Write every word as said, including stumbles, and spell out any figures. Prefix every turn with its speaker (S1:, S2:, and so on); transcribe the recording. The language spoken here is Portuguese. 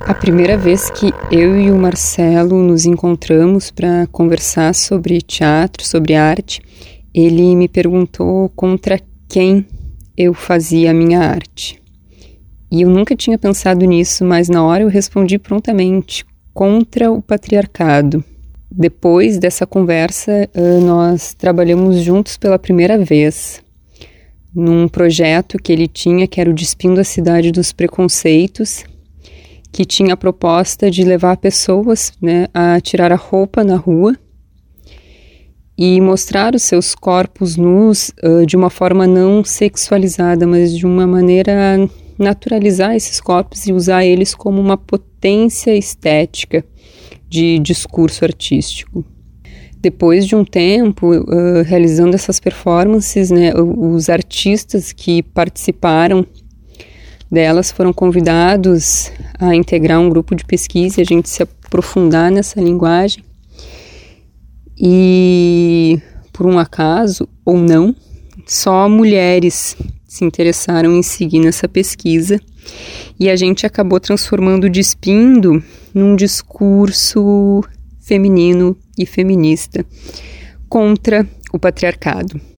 S1: A primeira vez que eu e o Marcelo nos encontramos para conversar sobre teatro, sobre arte, ele me perguntou contra quem eu fazia a minha arte. E eu nunca tinha pensado nisso, mas na hora eu respondi prontamente: contra o patriarcado. Depois dessa conversa, nós trabalhamos juntos pela primeira vez num projeto que ele tinha, que era o Despindo a Cidade dos Preconceitos, que tinha a proposta de levar pessoas, né, a tirar a roupa na rua e mostrar os seus corpos nus uh, de uma forma não sexualizada, mas de uma maneira naturalizar esses corpos e usar eles como uma potência estética de discurso artístico. Depois de um tempo uh, realizando essas performances, né, os artistas que participaram delas foram convidados a integrar um grupo de pesquisa e a gente se aprofundar nessa linguagem. E, por um acaso, ou não, só mulheres se interessaram em seguir nessa pesquisa e a gente acabou transformando o Despindo num discurso feminino e feminista contra o patriarcado.